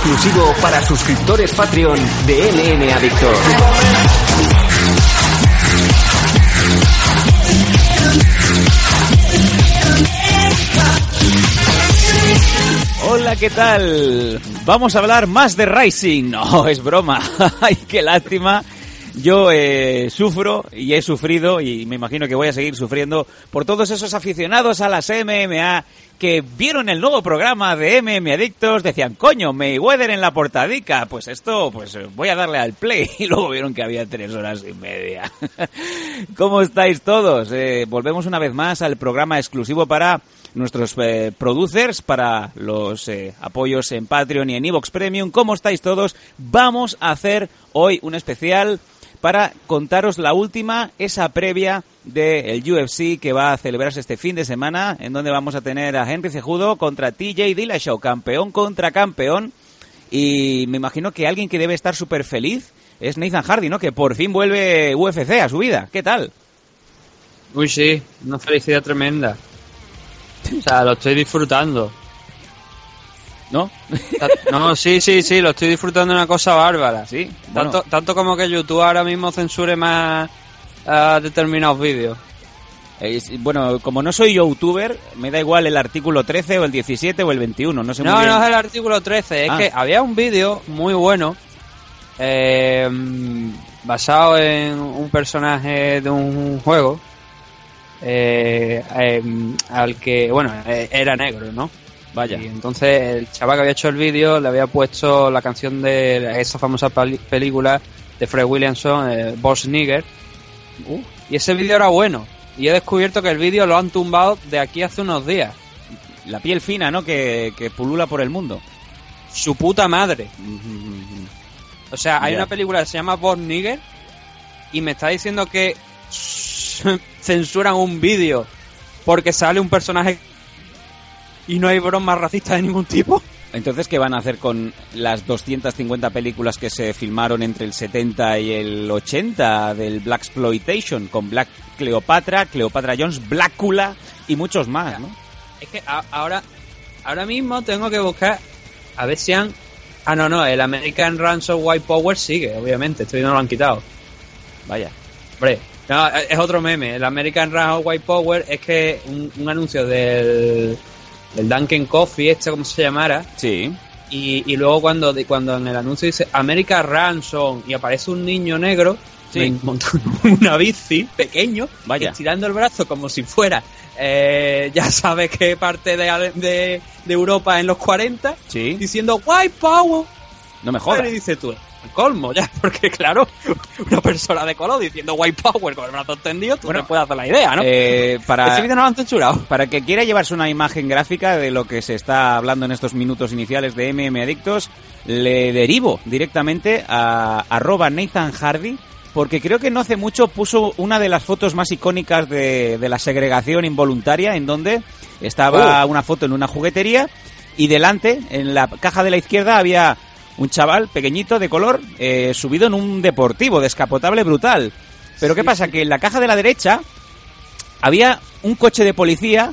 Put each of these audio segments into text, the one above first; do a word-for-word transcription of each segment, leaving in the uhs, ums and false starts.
exclusivo para suscriptores Patreon de M M Adictos. Hola, ¿qué tal? Vamos a hablar más de Rising. No, es broma. Ay, qué lástima. Yo eh, sufro y he sufrido y me imagino que voy a seguir sufriendo por todos esos aficionados a las M M A que vieron el nuevo programa de M M Adictos, decían, coño, Mayweather en la portadica, pues esto, pues voy a darle al play, y luego vieron que había tres horas y media. ¿Cómo estáis todos? Eh, volvemos una vez más al programa exclusivo para nuestros eh, producers, para los eh, apoyos en Patreon y en Evox Premium. ¿Cómo estáis todos? Vamos a hacer hoy un especial para contaros la última, esa previa del U F C que va a celebrarse este fin de semana, en donde vamos a tener a Henry Cejudo contra T J Dillashaw, campeón contra campeón, y me imagino que alguien que debe estar súper feliz es Nathan Hardy, ¿no? Que por fin vuelve U F C a su vida. ¿Qué tal? Uy, sí, una felicidad tremenda. O sea, lo estoy disfrutando. ¿No? No, sí, sí, sí, lo estoy disfrutando de una cosa bárbara. Sí, tanto, bueno. tanto como que YouTube ahora mismo censure más uh, determinados vídeos. Eh, bueno, como no soy youtuber, me da igual el artículo trece o el diecisiete o el veintiuno, no sé muy No, bien. no es el artículo trece, es Ah. que había un vídeo muy bueno eh, basado en un personaje de un juego eh, eh, al que, bueno, eh, era negro, ¿no? Vaya. Y entonces el chaval que había hecho el vídeo le había puesto la canción de esa famosa pali- película de Fred Williamson, eh, Boss Nigger. Uh, y ese vídeo era bueno. Y he descubierto que el vídeo lo han tumbado de aquí hace unos días. La piel fina, ¿no? Que, que pulula por el mundo. Su puta madre. O sea, hay Ya. una película que se llama Boss Nigger y me está diciendo que censuran un vídeo porque sale un personaje y no hay bromas racistas de ningún tipo. Entonces, ¿qué van a hacer con las doscientas cincuenta películas que se filmaron entre el setenta y el ochenta del Blaxploitation? Con Black Cleopatra, Cleopatra Jones, Blácula y muchos más, ¿no? Es que a- ahora ahora mismo tengo que buscar a ver si han... Ah, no, no, el American Ransom White Power sigue, obviamente, esto no lo han quitado. Vaya. Hombre, no, es otro meme. El American Ransom White Power es que un, un anuncio del... el Dunkin' Coffee, este como se llamara, Sí. y, y luego cuando de, cuando en el anuncio dice America Ransom y aparece un niño negro, Sí. montó una bici pequeño, Vaya. estirando el brazo como si fuera, eh, ya sabes qué parte de, Ale- de, de Europa en los cuarenta, Sí. diciendo White Power. No me jodas. Y dice tú, el colmo ya, porque claro, una persona de color diciendo White Power con el brazo extendido, tú Bueno, te puedes hacer la idea, ¿no? Eh, para... Ese vídeo no lo han censurado. Para que quiera llevarse una imagen gráfica de lo que se está hablando en estos minutos iniciales de M M Adictos, le derivo directamente a arroba Nathan Hardy, porque creo que no hace mucho puso una de las fotos más icónicas de, de la segregación involuntaria, en donde estaba Oh. una foto en una juguetería y delante, en la caja de la izquierda, había un chaval pequeñito de color eh, subido en un deportivo descapotable brutal. Pero ¿qué pasa? Que en la caja de la derecha había un coche de policía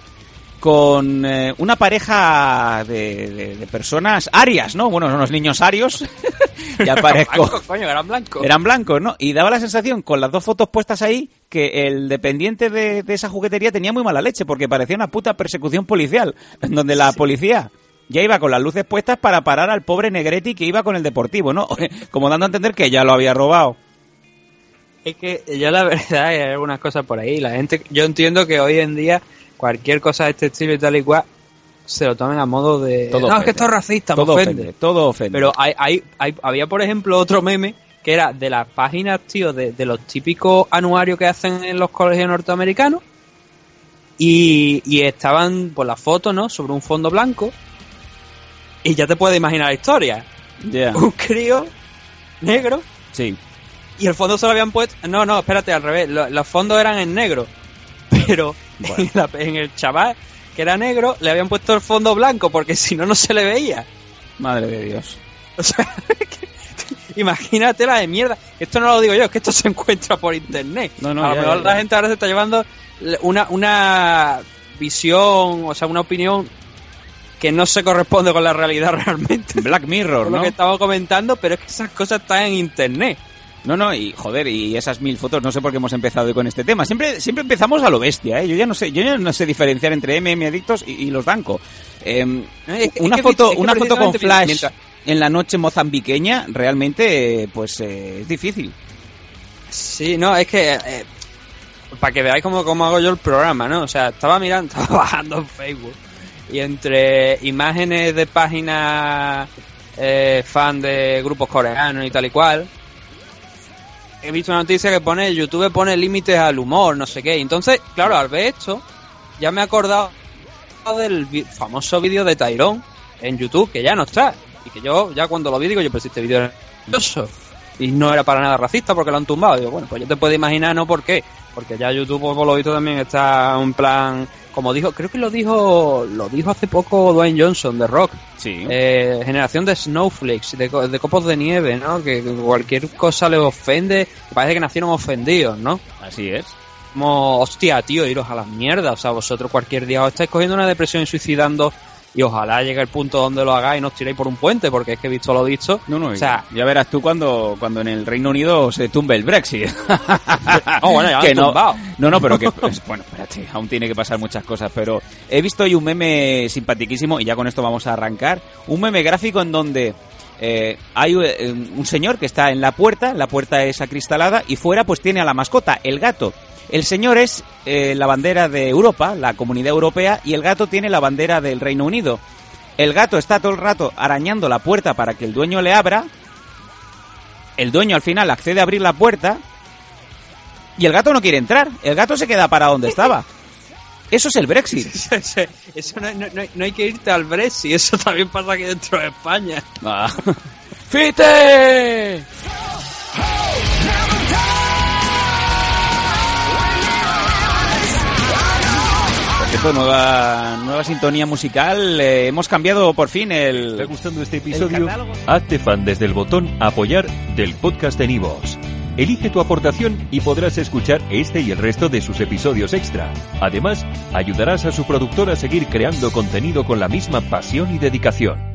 con eh, una pareja de, de, de personas arias, ¿no? Bueno, unos niños arios. Ya parezco. Blanco, coño, eran blancos. Eran blancos, ¿no? Y daba la sensación, con las dos fotos puestas ahí, que el dependiente de, de esa juguetería tenía muy mala leche, porque parecía una puta persecución policial, en donde la policía ya iba con las luces puestas para parar al pobre Negretti que iba con el deportivo, ¿no? Como dando a entender que ya lo había robado. Es que yo la verdad hay algunas cosas por ahí. La gente, yo entiendo que hoy en día cualquier cosa de este estilo y tal y cual se lo tomen a modo de Todo no, ofende. es que esto es racista, Todo me ofende. ofende, todo ofende. Pero hay, hay, hay, había por ejemplo otro meme que era de las páginas, tío, de, de los típicos anuarios que hacen en los colegios norteamericanos y, y estaban por las fotos, ¿no? Sobre un fondo blanco y ya te puedes imaginar la historia. Yeah. Un crío negro Sí. y el fondo se lo habían puesto... No, no, espérate, al revés. Los, los fondos eran en negro. Pero Bueno. en, la- en el chaval, que era negro, le habían puesto el fondo blanco porque si no, no se le veía. Madre de Dios. O sea, que- imagínate la de mierda. Esto no lo digo yo, es que esto se encuentra por internet. No, no, A lo ya, mejor ya, la ya. gente ahora se está llevando una, una visión, o sea, una opinión que no se corresponde con la realidad realmente. Black Mirror, ¿no? Lo que estaba comentando, pero es que esas cosas están en internet. No, no, y joder, y esas mil fotos, no sé por qué hemos empezado hoy con este tema. Siempre siempre empezamos a lo bestia, ¿eh? Yo ya no sé, yo ya no sé diferenciar entre M M Adictos y, y los Danco. Eh, es que, una es que, foto, es que una foto con flash mientras... en la noche mozambiqueña, realmente, pues eh, es difícil. Sí, no, es que eh, para que veáis cómo, cómo hago yo el programa, ¿no? O sea, estaba mirando, estaba bajando en Facebook y entre imágenes de páginas eh, fan de grupos coreanos y tal y cual, he visto una noticia que pone YouTube pone límites al humor, no sé qué. Entonces, claro, al ver esto, ya me he acordado del vi- famoso vídeo de Tyrone en YouTube, que ya no está. Y que yo, ya cuando lo vi, digo, yo, pero si este vídeo era gracioso. Y no era para nada racista porque lo han tumbado. Digo, bueno, pues yo te puedo imaginar, ¿no? ¿Por qué? Porque ya YouTube, por lo visto, también está en plan... Como dijo, creo que lo dijo lo dijo hace poco Dwayne Johnson de Rock. Sí. Eh, generación de snowflakes, de, de copos de nieve, ¿no? Que, que cualquier cosa les ofende. Parece que nacieron ofendidos, ¿no? Así es. Como, hostia, tío, iros a las mierdas. O sea, vosotros cualquier día os estáis cogiendo una depresión y suicidando. Y ojalá llegue el punto donde lo hagáis y no os tiréis por un puente, porque es que he visto lo dicho. No, no, o sea, ya verás tú cuando, cuando en el Reino Unido se tumbe el Brexit. No, bueno, ya que lo han tumbado. No, no, pero que, pues, bueno, espérate, aún tiene que pasar muchas cosas, pero he visto hoy un meme simpatiquísimo, y ya con esto vamos a arrancar, un meme gráfico en donde eh, hay eh, un señor que está en la puerta, la puerta es acristalada, y fuera pues tiene a la mascota, el gato. El señor es eh, la bandera de Europa, la Comunidad Europea, y el gato tiene la bandera del Reino Unido. El gato está todo el rato arañando la puerta para que el dueño le abra. El dueño al final accede a abrir la puerta y el gato no quiere entrar. El gato se queda parado donde estaba. Eso es el Brexit. Eso no, no, no hay que irte al Brexit. Eso también pasa aquí dentro de España. Ah. ¡Fite! Nueva, nueva sintonía musical. Eh, hemos cambiado por fin el... ¿Te está gustando este episodio? Hazte fan desde el botón Apoyar del podcast de Nivos. Elige tu aportación y podrás escuchar este y el resto de sus episodios extra. Además, ayudarás a su productor a seguir creando contenido con la misma pasión y dedicación.